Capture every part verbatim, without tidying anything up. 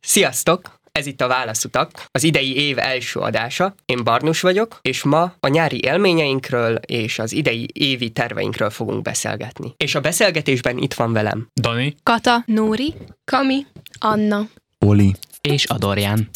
Sziasztok! Ez itt a Válaszutak, az idei év első adása. Én Barnus vagyok, és ma a nyári élményeinkről és az idei évi terveinkről fogunk beszélgetni. És a beszélgetésben itt van velem Dani, Kata, Nóri, Kami, Anna, Oli és Adorján.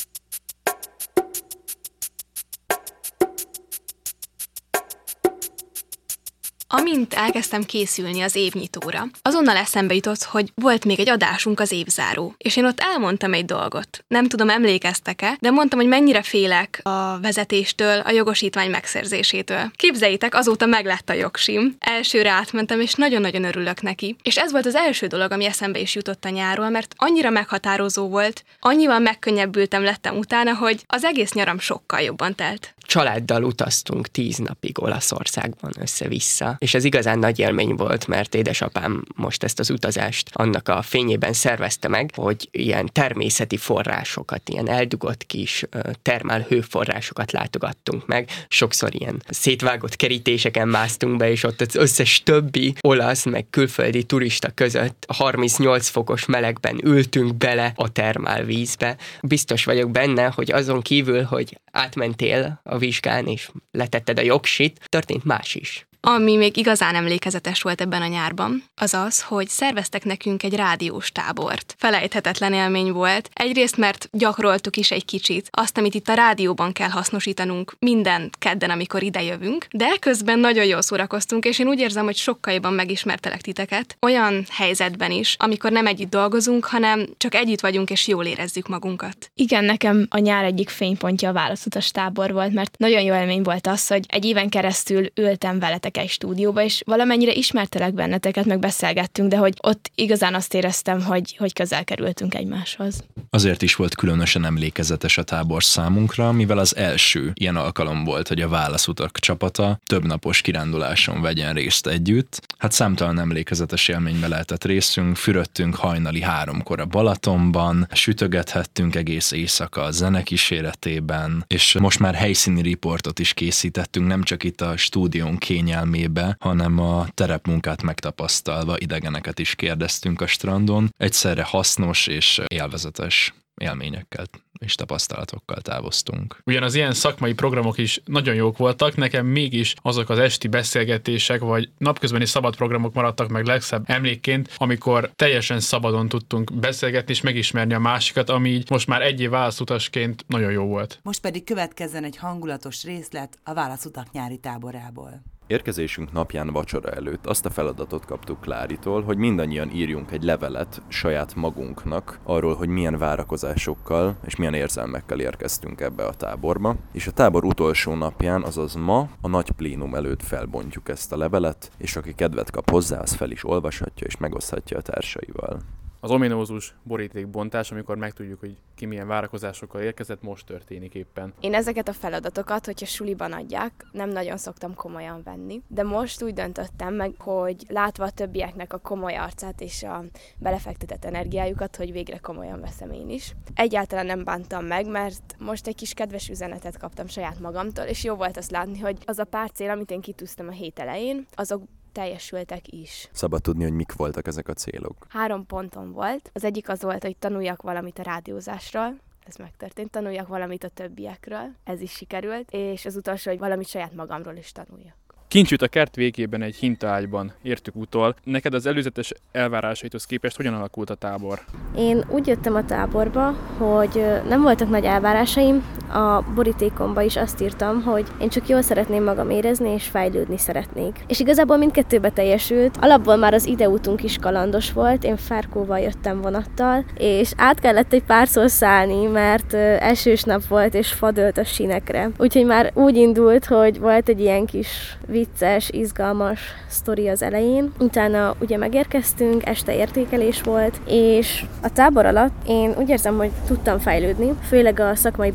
Amint elkezdtem készülni az évnyitóra, azonnal eszembe jutott, hogy volt még egy adásunk az évzáró, és én ott elmondtam egy dolgot. Nem tudom, emlékeztek-e, de mondtam, hogy mennyire félek a vezetéstől, a jogosítvány megszerzésétől. Képzeljétek, azóta meglett a jogsim. Elsőre átmentem, és nagyon-nagyon örülök neki. És ez volt az első dolog, ami eszembe is jutott a nyárról, mert annyira meghatározó volt, annyival megkönnyebbültem lettem utána, hogy az egész nyaram sokkal jobban telt. Családdal utaztunk tíz napig Olaszországban össze-vissza, és ez igazán nagy élmény volt, mert édesapám most ezt az utazást annak a fényében szervezte meg, hogy ilyen természeti forrásokat, ilyen eldugott kis termál hőforrásokat látogattunk meg. Sokszor ilyen szétvágott kerítéseken másztunk be, és ott az összes többi olasz, meg külföldi turista között harmincnyolc fokos melegben ültünk bele a termálvízbe. Biztos vagyok benne, hogy azon kívül, hogy átmentél a vizsgán, és letetted a jogsit, történt más is. Ami még igazán emlékezetes volt ebben a nyárban, az az, hogy szerveztek nekünk egy rádiós tábort. Felejthetetlen élmény volt. Egyrészt, mert gyakoroltuk is egy kicsit azt, amit itt a rádióban kell hasznosítanunk minden kedden, amikor idejövünk, de közben nagyon jól szórakoztunk, és én úgy érzem, hogy sokkal jobban megismertelek titeket. Olyan helyzetben is, amikor nem együtt dolgozunk, hanem csak együtt vagyunk, és jól érezzük magunkat. Igen, nekem a nyár egyik fénypontja a válaszutas tábor volt, mert nagyon jó élmény volt az, hogy egy éven keresztül ültem veletek egy stúdióba, és valamennyire ismertelek benneteket, meg beszélgettünk, de hogy ott igazán azt éreztem, hogy, hogy közel kerültünk egymáshoz. Azért is volt különösen emlékezetes a tábor számunkra, mivel az első ilyen alkalom volt, hogy a Válaszutak csapata több napos kiránduláson vegyen részt együtt. Hát számtalan emlékezetes élménybe lehetett részünk, fürödtünk hajnali háromkor a Balatonban, sütögethettünk egész éjszaka a zene kíséretében, és most már helyszíni riportot is készítettünk, nem csak itt a stúdión kényelmébe, hanem a terepmunkát megtapasztalva idegeneket is kérdeztünk a strandon. Egyszerre hasznos és élvezetes élményekkel és tapasztalatokkal távoztunk. Ugyan az ilyen szakmai programok is nagyon jók voltak, nekem mégis azok az esti beszélgetések, vagy napközbeni szabad programok maradtak meg legszebb emlékként, amikor teljesen szabadon tudtunk beszélgetni és megismerni a másikat, ami így most már egy év válaszutasként nagyon jó volt. Most pedig következzen egy hangulatos részlet a Válaszutak nyári táborából. Érkezésünk napján vacsora előtt azt a feladatot kaptuk Kláritól, hogy mindannyian írjunk egy levelet saját magunknak arról, hogy milyen várakozásokkal és milyen érzelmekkel érkeztünk ebbe a táborba. És a tábor utolsó napján, azaz ma, a nagy plénum előtt felbontjuk ezt a levelet, és aki kedvet kap hozzá, az fel is olvashatja és megoszthatja a társaival. Az ominózus borítékbontás, amikor megtudjuk, hogy ki milyen várakozásokkal érkezett, most történik éppen. Én ezeket a feladatokat, hogyha suliban adják, nem nagyon szoktam komolyan venni, de most úgy döntöttem meg, hogy látva a többieknek a komoly arcát és a belefektetett energiájukat, hogy végre komolyan veszem én is. Egyáltalán nem bántam meg, mert most egy kis kedves üzenetet kaptam saját magamtól, és jó volt azt látni, hogy az a pár cél, amit én kitűztem a hét elején, azok teljesültek is. Szabad tudni, hogy mik voltak ezek a célok? Három ponton volt. Az egyik az volt, hogy tanuljak valamit a rádiózásról, ez megtörtént, tanuljak valamit a többiekről, ez is sikerült, és az utolsó, hogy valamit saját magamról is tanuljak. Kincs jut a kert végében egy hintaágyban, értük utol. Neked az előzetes elvárásaithoz képest hogyan alakult a tábor? Én úgy jöttem a táborba, hogy nem voltak nagy elvárásaim. A borítékomba is azt írtam, hogy én csak jól szeretném magam érezni, és fejlődni szeretnék. És igazából mindkettőbe teljesült. Alapból már az ideutunk is kalandos volt, én Ferkóval jöttem vonattal, és át kellett egy párszor szállni, mert esős nap volt, és fadölt a sínekre. Úgyhogy már úgy indult, hogy volt egy ilyen kis vicces, izgalmas sztori az elején. Utána ugye megérkeztünk, este értékelés volt, és a tábor alatt én úgy érzem, hogy tudtam fejlődni, főleg a szakmai beszélgetés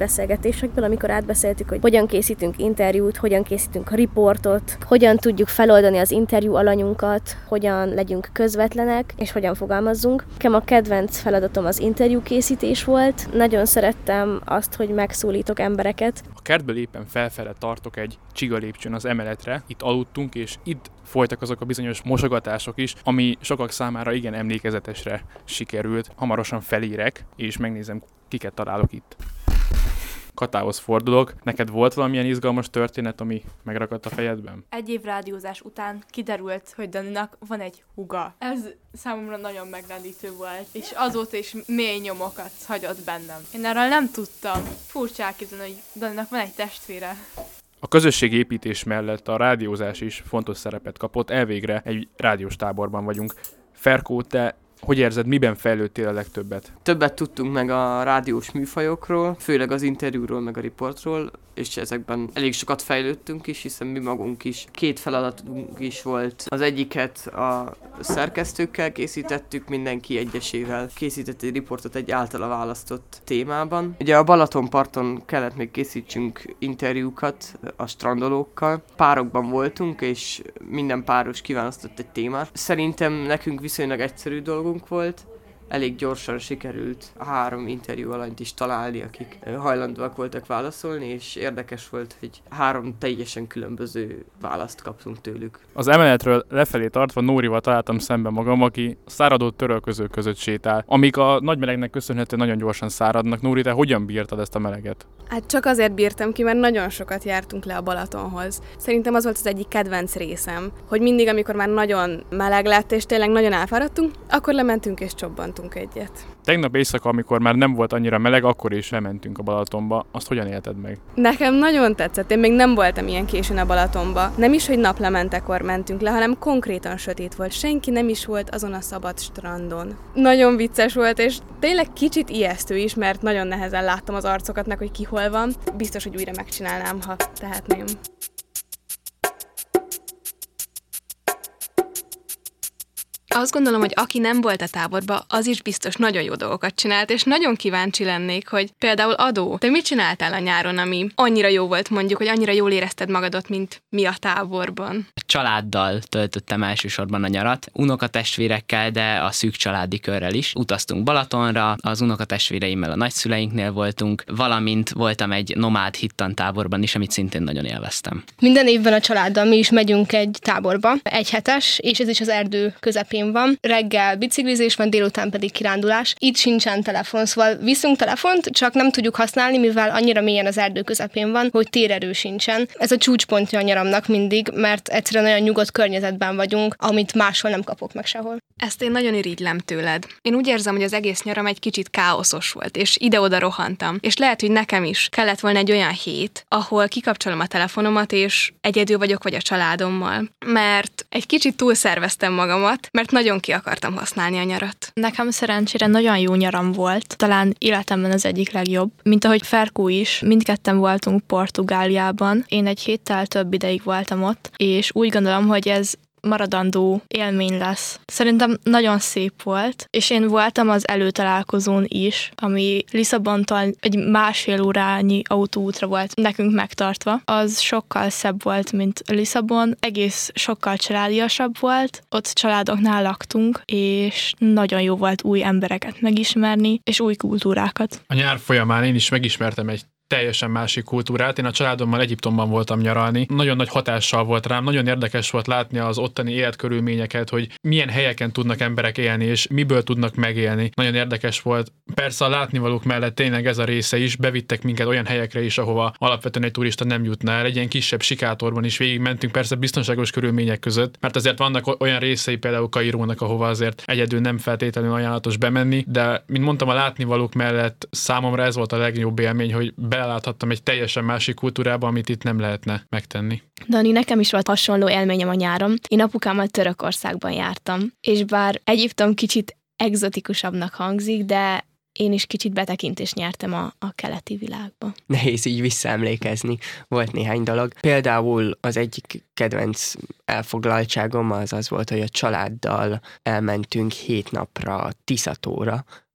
beszélgetésekből, amikor átbeszéltük, hogy hogyan készítünk interjút, hogyan készítünk riportot, hogyan tudjuk feloldani az interjú alanyunkat, hogyan legyünk közvetlenek, és hogyan fogalmazzunk. Nekem a kedvenc feladatom az interjúkészítés volt. Nagyon szerettem azt, hogy megszólítok embereket. A kertből éppen felfele tartok egy csigalépcsőn az emeletre, itt aludtunk, és itt folytak azok a bizonyos mosogatások is, ami sokak számára igen emlékezetesre sikerült. Hamarosan felérek, és megnézem, kiket találok itt. Katához fordulok. Neked volt valamilyen izgalmas történet, ami megragadt a fejedben? Egy év rádiózás után kiderült, hogy Daninak van egy húga. Ez számomra nagyon megrendítő volt, és azóta is mély nyomokat hagyott bennem. Én erről nem tudtam. Furcsa elképzelni, hogy Daninak van egy testvére. A közösségépítés mellett a rádiózás is fontos szerepet kapott, elvégre egy rádiós táborban vagyunk. Ferkó, te hogy érzed, miben fejlődtél a legtöbbet? Többet tudtunk meg a rádiós műfajokról, főleg az interjúról, meg a riportról, és ezekben elég sokat fejlődtünk is, hiszen mi magunk is két feladatunk is volt. Az egyiket a szerkesztőkkel készítettük, mindenki egyesével készített egy riportot egy általa választott témában. Ugye a Balatonparton kellett még készítsünk interjúkat a strandolókkal. Párokban voltunk, és minden páros kiválasztott egy témát. Szerintem nekünk viszonylag egyszerű dolgunk volt. Elég gyorsan sikerült a három interjú alanyt is találni, akik hajlandóak voltak válaszolni, és érdekes volt, hogy három teljesen különböző választ kaptunk tőlük. Az emeletről lefelé tartva Nórival találtam szembe magam, aki száradó törölközők között sétál, amik a nagy melegnek köszönhetően nagyon gyorsan száradnak. Nóri, te hogyan bírtad ezt a meleget? Hát csak azért bírtam ki, mert nagyon sokat jártunk le a Balatonhoz. Szerintem az volt az egyik kedvenc részem, hogy mindig, amikor már nagyon meleg lett, és tényleg nagyon elfáradtunk, akkor lementünk és csobbantunk egyet. Tegnap éjszaka, amikor már nem volt annyira meleg, akkor is lementünk a Balatonba. Azt hogyan élted meg? Nekem nagyon tetszett, én még nem voltam ilyen későn a Balatonba. Nem is, hogy naplementekor mentünk le, hanem konkrétan sötét volt. Senki nem is volt azon a szabad strandon. Nagyon vicces volt, és tényleg kicsit ijesztő is, mert nagyon nehezen láttam az arcokat, meg hogy ki hol van. Biztos, hogy újra megcsinálnám, ha tehetném. Azt gondolom, hogy aki nem volt a táborba, az is biztos nagyon jó dolgokat csinált, és nagyon kíváncsi lennék, hogy például Adó, te mit csináltál a nyáron, ami annyira jó volt mondjuk, hogy annyira jól érezted magadat, mint mi a táborban? Családdal töltöttem elsősorban a nyarat, unokatestvérekkel, de a szűk családi körrel is. Utaztunk Balatonra, az unokatestvéreimmel a nagyszüleinknél voltunk, valamint voltam egy nomád hittantáborban is, amit szintén nagyon élveztem. Minden évben a családdal mi is megyünk egy táborba, egy hetes, és ez is az erdő közepén van. Reggel biciklizés van, délután pedig kirándulás. Itt sincsen telefon, szóval viszünk telefont, csak nem tudjuk használni, mivel annyira mélyen az erdő közepén van, hogy térerő sincsen. Ez a csúcspontja a nyaramnak mindig, mert egyszerűen olyan nyugodt környezetben vagyunk, amit máshol nem kapok meg sehol. Ezt én nagyon irigylem tőled. Én úgy érzem, hogy az egész nyaram egy kicsit káoszos volt, és ide-oda rohantam. És lehet, hogy nekem is kellett volna egy olyan hét, ahol kikapcsolom a telefonomat, és egyedül vagyok vagy a családommal. Mert egy kicsit túlszerveztem magamat, mert nagyon ki akartam használni a nyarat. Nekem szerencsére nagyon jó nyaram volt, talán életemben az egyik legjobb. Mint ahogy Ferkó is, mindketten voltunk Portugáliában. Én egy héttel több ideig voltam ott, és úgy gondolom, hogy ez maradandó élmény lesz. Szerintem nagyon szép volt, és én voltam az előtalálkozón is, ami Lisszabontól egy másfél órányi autóútra volt nekünk megtartva. Az sokkal szebb volt, mint Lisszabon, egész sokkal családiasabb volt, ott családoknál laktunk, és nagyon jó volt új embereket megismerni, és új kultúrákat. A nyár folyamán én is megismertem egy teljesen másik kultúrát. Én a családommal Egyiptomban voltam nyaralni. Nagyon nagy hatással volt rám, nagyon érdekes volt látni az ottani életkörülményeket, hogy milyen helyeken tudnak emberek élni, és miből tudnak megélni. Nagyon érdekes volt. Persze a látnivalók mellett tényleg ez a része is, bevittek minket olyan helyekre is, ahova alapvetően egy turista nem jutna el. Egy ilyen kisebb sikátorban is végigmentünk, persze biztonságos körülmények között, mert azért vannak olyan részei például Kairónak, ahova azért egyedül nem feltétlenül ajánlatos bemenni, de mint mondtam, a látnivalók mellett számomra ez volt a legjobb élmény, hogy beláthattam egy teljesen másik kultúrába, amit itt nem lehetne megtenni. Dani, nekem is volt hasonló élményem a nyáron. Én apukámmal Törökországban jártam, és bár Egyiptom kicsit egzotikusabbnak hangzik, de én is kicsit betekintést nyertem a, a keleti világba. Nehéz így visszaemlékezni. Volt néhány dolog. Például az egyik kedvenc elfoglaltságom az az volt, hogy a családdal elmentünk hét napra Tiszatóra,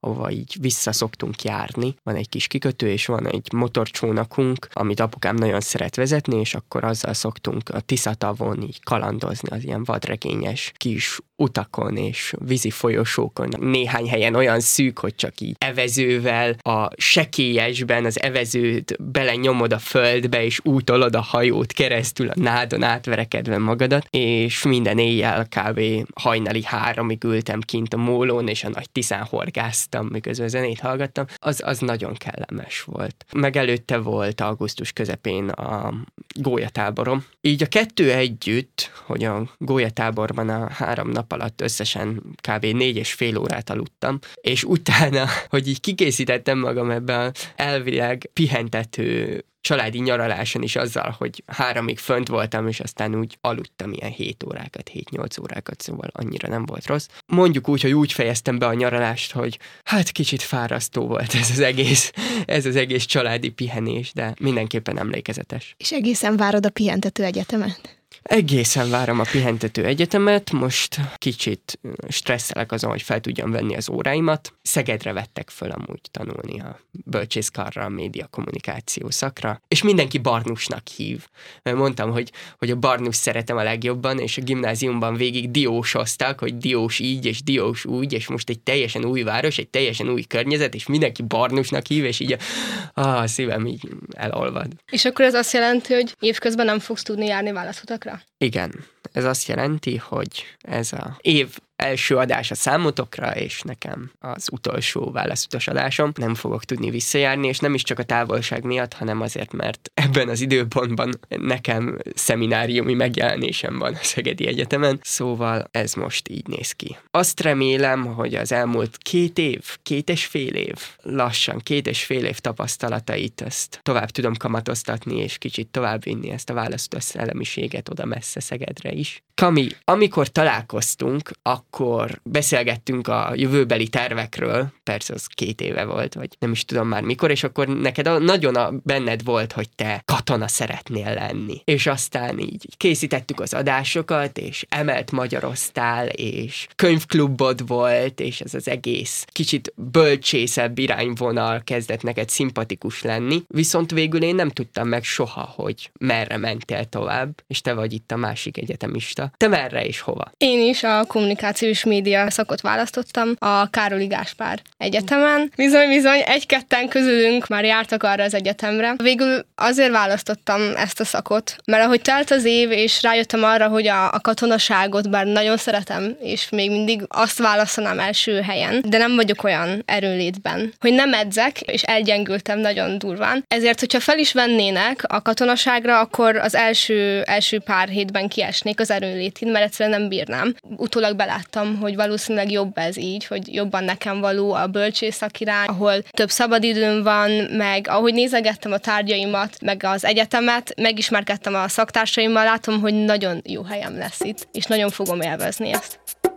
ahova így vissza szoktunk járni. Van egy kis kikötő, és van egy motorcsónakunk, amit apukám nagyon szeret vezetni, és akkor azzal szoktunk a Tisza-tavon így kalandozni az ilyen vadregényes kis utakon és vízi folyosókon. Néhány helyen olyan szűk, hogy csak így evezővel a sekélyesben az evezőt belenyomod a földbe, és úgy tolod a hajót keresztül a nádon átverekedve magadat, és minden éjjel kb. Hajnali háromig ültem kint a mólón, és a nagy Tiszán horgáztam, miközben zenét hallgattam. Az, az nagyon kellemes volt. Meg előtte volt augusztus közepén a gólyatáborom. Így a kettő együtt, hogy a gólyatáborban a három nap alatt összesen kb. négy és fél órát aludtam, és utána, hogy így kikészítettem magam ebbe az elvileg pihentető családi nyaraláson is azzal, hogy háromig fönt voltam, és aztán úgy aludtam ilyen hét órákat, hét-nyolc órákat, szóval annyira nem volt rossz. Mondjuk úgy, hogy úgy fejeztem be a nyaralást, hogy hát kicsit fárasztó volt ez az egész, ez az egész családi pihenés, de mindenképpen emlékezetes. És egészen várod a pihentető egyetemet? Egészen várom a pihentető egyetemet, most kicsit stresszelek azon, hogy fel tudjam venni az óráimat. Szegedre vettek föl amúgy tanulni a bölcsészkarra, a média kommunikáció szakra, és mindenki Barnusnak hív. Mondtam, hogy, hogy a Barnus szeretem a legjobban, és a gimnáziumban végig diósoztak, hogy diós így, és diós úgy, és most egy teljesen új város, egy teljesen új környezet, és mindenki Barnusnak hív, és így a, a szívem így elolvad. És akkor ez azt jelenti, hogy évközben nem fogsz tudni járni válaszutakra? Igen, ez azt jelenti, hogy ez az év első adás a számotokra, és nekem az utolsó válaszutas adásom. Nem fogok tudni visszajárni, és nem is csak a távolság miatt, hanem azért, mert ebben az időpontban nekem szemináriumi megjelenésem van a Szegedi Egyetemen, szóval ez most így néz ki. Azt remélem, hogy az elmúlt két év, két és fél év, lassan két és fél év tapasztalatait ezt tovább tudom kamatoztatni, és kicsit tovább vinni ezt a válaszutas szellemiséget oda messze Szegedre is. Kami, amikor találkoztunk, akkor beszélgettünk a jövőbeli tervekről, persze az két éve volt, vagy nem is tudom már mikor, és akkor neked a, nagyon a, benned volt, hogy te katona szeretnél lenni. És aztán így készítettük az adásokat, és emelt magyaroztál, és könyvklubod volt, és ez az egész kicsit bölcsészebb irányvonal kezdett neked szimpatikus lenni, viszont végül én nem tudtam meg soha, hogy merre mentél tovább, és te vagy itt a másik egyetemista. Te merre és hova? Én is a kommunikációs média szakot választottam a Károli Gáspár Egyetemen. Bizony-bizony, egy-ketten közülünk már jártak arra az egyetemre. Végül azért választottam ezt a szakot, mert ahogy telt az év, és rájöttem arra, hogy a, a katonaságot bár nagyon szeretem, és még mindig azt választanám első helyen, de nem vagyok olyan erőlétben, hogy nem edzek, és elgyengültem nagyon durván. Ezért, hogyha fel is vennének a katonaságra, akkor az első, első pár hétben kiesnék az erőlétin, mert egyszerűen nem bírnám. Utólag beláttam, hogy valószínűleg jobb ez így, hogy jobban nekem való a bölcsészszak irány, ahol több szabadidőm van, meg ahogy nézegettem a tárgyaimat, meg az egyetemet, megismerkedtem a szaktársaimmal, látom, hogy nagyon jó helyem lesz itt, és nagyon fogom élvezni ezt.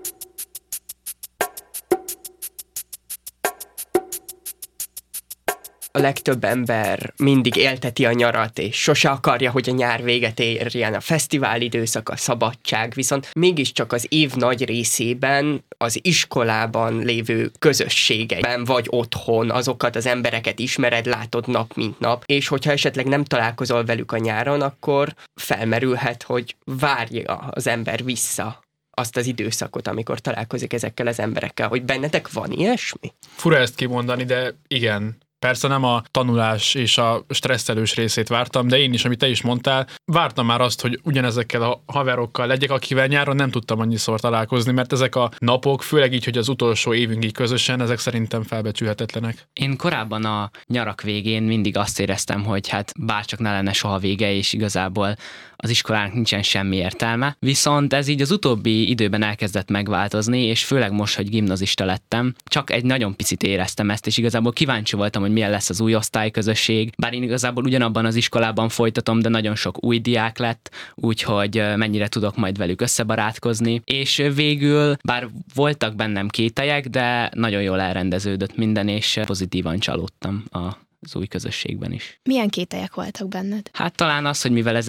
A legtöbb ember mindig élteti a nyarat, és sose akarja, hogy a nyár véget érjen, a fesztivál időszak, a szabadság, viszont mégiscsak az év nagy részében az iskolában lévő közösségekben vagy otthon azokat az embereket ismered, látod nap mint nap, és hogyha esetleg nem találkozol velük a nyáron, akkor felmerülhet, hogy várja az ember vissza azt az időszakot, amikor találkozik ezekkel az emberekkel, hogy bennetek van ilyesmi? Fura ezt kimondani, de igen. Persze nem a tanulás és a stresszelős részét vártam, de én is, amit te is mondtál, vártam már azt, hogy ugyanezekkel a haverokkal legyek, akivel nyáron nem tudtam annyiszor találkozni, mert ezek a napok, főleg így, hogy az utolsó évünk így közösen, ezek szerintem felbecsülhetetlenek. Én korábban a nyarak végén mindig azt éreztem, hogy hát bárcsak ne lenne soha vége, és igazából az iskolának nincsen semmi értelme. Viszont ez így az utóbbi időben elkezdett megváltozni, és főleg most, hogy gimnazista lettem, csak egy nagyon picit éreztem ezt, és igazából kíváncsi voltam, hogy milyen lesz az új osztályközösség. Bár én igazából ugyanabban az iskolában folytatom, de nagyon sok új diák lett, úgyhogy mennyire tudok majd velük összebarátkozni. És végül, bár voltak bennem kételyek, de nagyon jól elrendeződött minden, és pozitívan csalódtam a az új közösségben is. Milyen kételyek voltak benned? Hát talán az, hogy mivel ez egy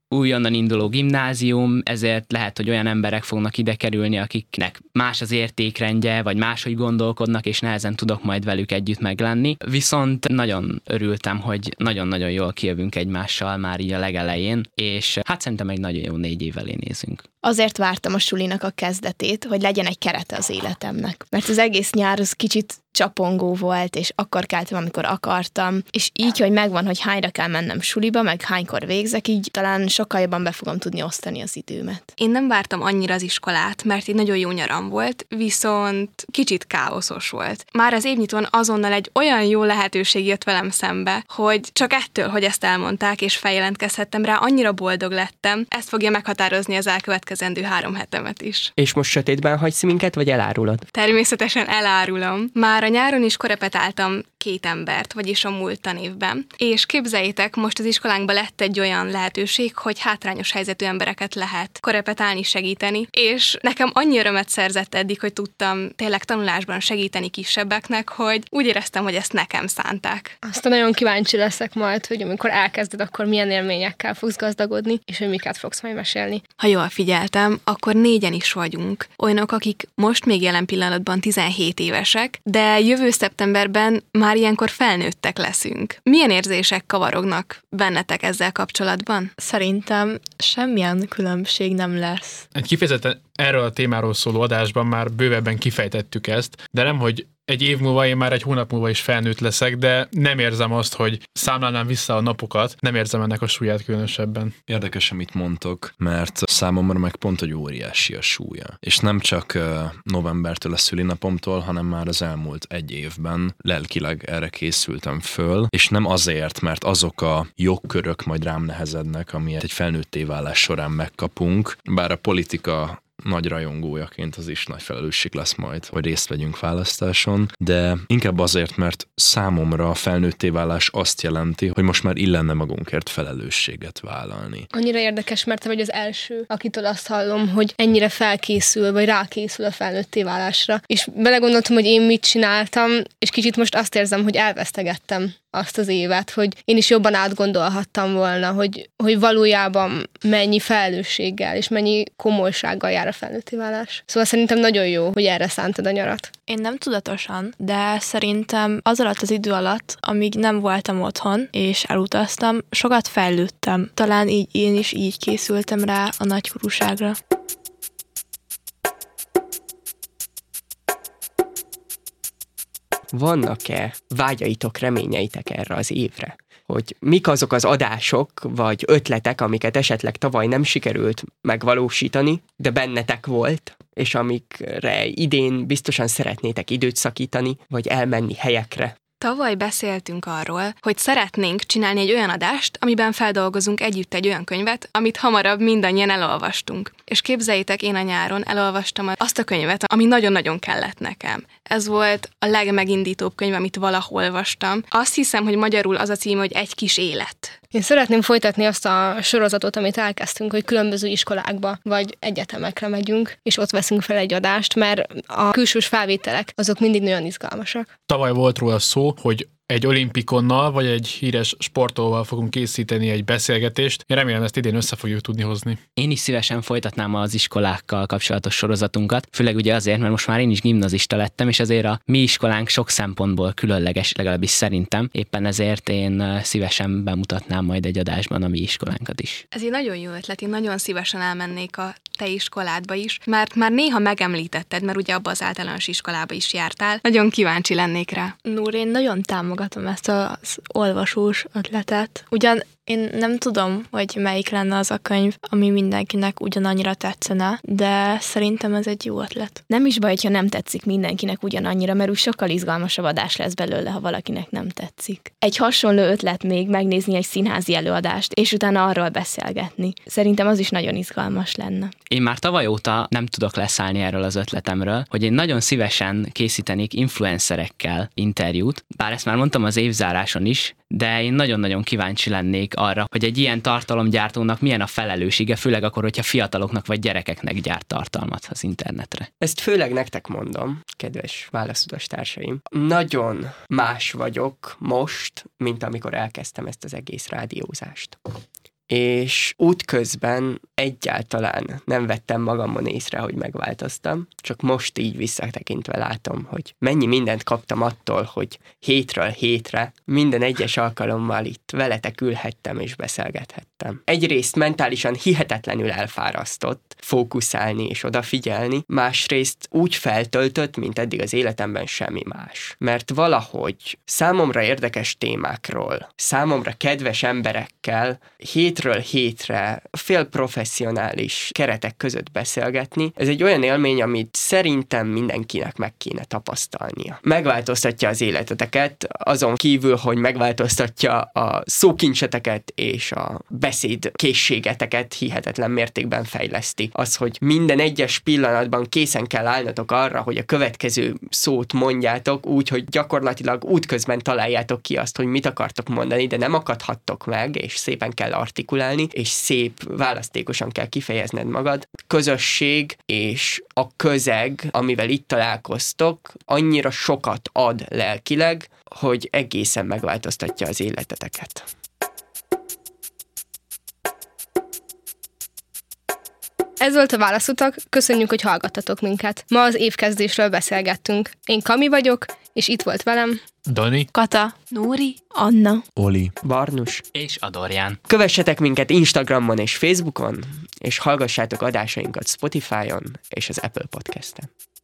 újonnan induló gimnázium, ezért lehet, hogy olyan emberek fognak ide kerülni, akiknek más az értékrendje, vagy máshogy gondolkodnak, és nehezen tudok majd velük együtt meglenni. Viszont nagyon örültem, hogy nagyon-nagyon jól kijövünk egymással már így a legelején, és hát szerintem egy nagyon jó négy év elé nézünk. Azért vártam a sulinak a kezdetét, hogy legyen egy kerete az életemnek. Mert az egész nyár az kicsit csapongó volt, és akkor keltem, amikor akartam, és így, hogy megvan, hogy hányra kell mennem suliba, meg hánykor végzek, így talán sokkal jobban be fogom tudni osztani az időmet. Én nem vártam annyira az iskolát, mert így nagyon jó nyaram volt, viszont kicsit káoszos volt. Már az évnyitón azonnal egy olyan jó lehetőség jött velem szembe, hogy csak ettől, hogy ezt elmondták, és feljelentkezhettem rá, annyira boldog lettem, ezt fogja meghatározni az elkövetkezendő három hetemet is. És most sötétben hagysz minket, vagy elárulod? Természetesen elárulom. Már a nyáron is korepetáltam két embert, vagyis a múlt tanévben. És képzeljétek, most az iskolánkban lett egy olyan lehetőség, hogy hátrányos helyzetű embereket lehet korepetálni, segíteni, és nekem annyi örömet szerzett eddig, hogy tudtam tényleg tanulásban segíteni kisebbeknek, hogy úgy éreztem, hogy ezt nekem szánták. Aztán nagyon kíváncsi leszek majd, hogy amikor elkezded, akkor milyen élményekkel fogsz gazdagodni, és hogy miket fogsz majd mesélni. Ha jól figyeltem, akkor négyen is vagyunk. Olyanok, akik most még jelen pillanatban tizenhét évesek, de jövő szeptemberben már ilyenkor felnőttek leszünk. Milyen érzések kavarognak bennetek ezzel kapcsolatban? Szerintem semmilyen különbség nem lesz. Egy kifejezetten erről a témáról szóló adásban már bővebben kifejtettük ezt, de nem, hogy egy év múlva én már egy hónap múlva is felnőtt leszek, de nem érzem azt, hogy számlálnám vissza a napokat, nem érzem ennek a súlyát különösebben. Érdekes, amit mondtok, mert számomra meg pont, hogy óriási a súlya. És nem csak novembertől a szülinapomtól, hanem már az elmúlt egy évben lelkileg erre készültem föl, és nem azért, mert azok a jogkörök majd rám nehezednek, amilyet egy felnőtté válás során megkapunk, bár a politika nagy rajongójaként az is nagy felelősség lesz majd, hogy részt vegyünk választáson, de inkább azért, mert számomra a felnőtté válás azt jelenti, hogy most már illene magunkért felelősséget vállalni. Annyira érdekes, mert te vagy az első, akitől azt hallom, hogy ennyire felkészül, vagy rákészül a felnőtté válásra. És belegondoltam, hogy én mit csináltam, és kicsit most azt érzem, hogy elvesztegettem azt az évet, hogy én is jobban átgondolhattam volna, hogy, hogy valójában mennyi felelősséggel és mennyi komolysággal jár a felnőtté válás. Szóval szerintem nagyon jó, hogy erre szántad a nyarat. Én nem tudatosan, de szerintem az alatt az idő alatt, amíg nem voltam otthon, és elutaztam, sokat fejlődtem. Talán így én is így készültem rá a nagykorúságra. Vannak-e vágyaitok, reményeitek erre az évre? Hogy mik azok az adások vagy ötletek, amiket esetleg tavaly nem sikerült megvalósítani, de bennetek volt, és amikre idén biztosan szeretnétek időt szakítani, vagy elmenni helyekre? Tavaly beszéltünk arról, hogy szeretnénk csinálni egy olyan adást, amiben feldolgozunk együtt egy olyan könyvet, amit hamarabb mindannyian elolvastunk. És képzeljétek, én a nyáron elolvastam azt a könyvet, ami nagyon-nagyon kellett nekem. Ez volt a legmegindítóbb könyv, amit valahol olvastam. Azt hiszem, hogy magyarul az a cím, hogy Egy kis élet. Én szeretném folytatni azt a sorozatot, amit elkezdtünk, hogy különböző iskolákba vagy egyetemekre megyünk, és ott veszünk fel egy adást, mert a külsős felvételek azok mindig nagyon izgalmasak. Tavaly volt róla szó, hogy egy olimpikonnal, vagy egy híres sportolóval fogunk készíteni egy beszélgetést. Én remélem, ezt idén össze fogjuk tudni hozni. Én is szívesen folytatnám az iskolákkal kapcsolatos sorozatunkat, főleg ugye azért, mert most már én is gimnazista lettem, és azért a mi iskolánk sok szempontból különleges, legalábbis szerintem. Éppen ezért én szívesen bemutatnám majd egy adásban a mi iskolánkat is. Ez egy nagyon jó ötlet, én nagyon szívesen elmennék a te iskoládba is, mert már néha megemlítetted, mert ugye abba az általános iskolába is jártál. Nagyon kíváncsi lennék rá. Núr, én nagyon támogatom ezt az olvasós ötletet. Ugyan én nem tudom, hogy melyik lenne az a könyv, ami mindenkinek ugyanannyira tetszene, de szerintem ez egy jó ötlet. Nem is baj, ha nem tetszik mindenkinek ugyanannyira, mert úgy sokkal izgalmasabb adás lesz belőle, ha valakinek nem tetszik. Egy hasonló ötlet még megnézni egy színházi előadást, és utána arról beszélgetni. Szerintem az is nagyon izgalmas lenne. Én már tavaly óta nem tudok leszállni erről az ötletemről, hogy én nagyon szívesen készítenék influencerekkel interjút, bár ezt már mondtam az évzáráson is, de én nagyon-nagyon kíváncsi lennék arra, hogy egy ilyen tartalomgyártónak milyen a felelőssége, főleg akkor, hogyha fiataloknak vagy gyerekeknek gyárt tartalmat az internetre. Ezt főleg nektek mondom, kedves válaszutas társaim. Nagyon más vagyok most, mint amikor elkezdtem ezt az egész rádiózást. és útközben egyáltalán nem vettem magamon észre, hogy megváltoztam, csak most így visszatekintve látom, hogy mennyi mindent kaptam attól, hogy hétről hétre minden egyes alkalommal itt veletek ülhettem és beszélgethettem. Egyrészt mentálisan hihetetlenül elfárasztott fókuszálni és odafigyelni, másrészt úgy feltöltött, mint eddig az életemben semmi más. Mert valahogy számomra érdekes témákról, számomra kedves emberekkel hétről hétre félprofesszionális keretek között beszélgetni, ez egy olyan élmény, amit szerintem mindenkinek meg kéne tapasztalnia. Megváltoztatja az életeteket, azon kívül, hogy megváltoztatja a szókincseteket és a beszéd készségeteket hihetetlen mértékben fejleszti. Az, hogy minden egyes pillanatban készen kell állnatok arra, hogy a következő szót mondjátok úgy, hogy gyakorlatilag útközben találjátok ki azt, hogy mit akartok mondani, de nem akadhattok meg, és szépen kell artikulálni, és szép választékosan kell kifejezned magad. Közösség és a közeg, amivel itt találkoztok, annyira sokat ad lelkileg, hogy egészen megváltoztatja az életeteket. Ez volt a Válaszutak, köszönjük, hogy hallgattatok minket. Ma az évkezdésről beszélgettünk. Én Kami vagyok, és itt volt velem Dani, Kata, Nóri, Anna, Oli, Barnus és Adorján. Kövessetek minket Instagramon és Facebookon, és hallgassátok adásainkat Spotify-on és az Apple Podcast-en.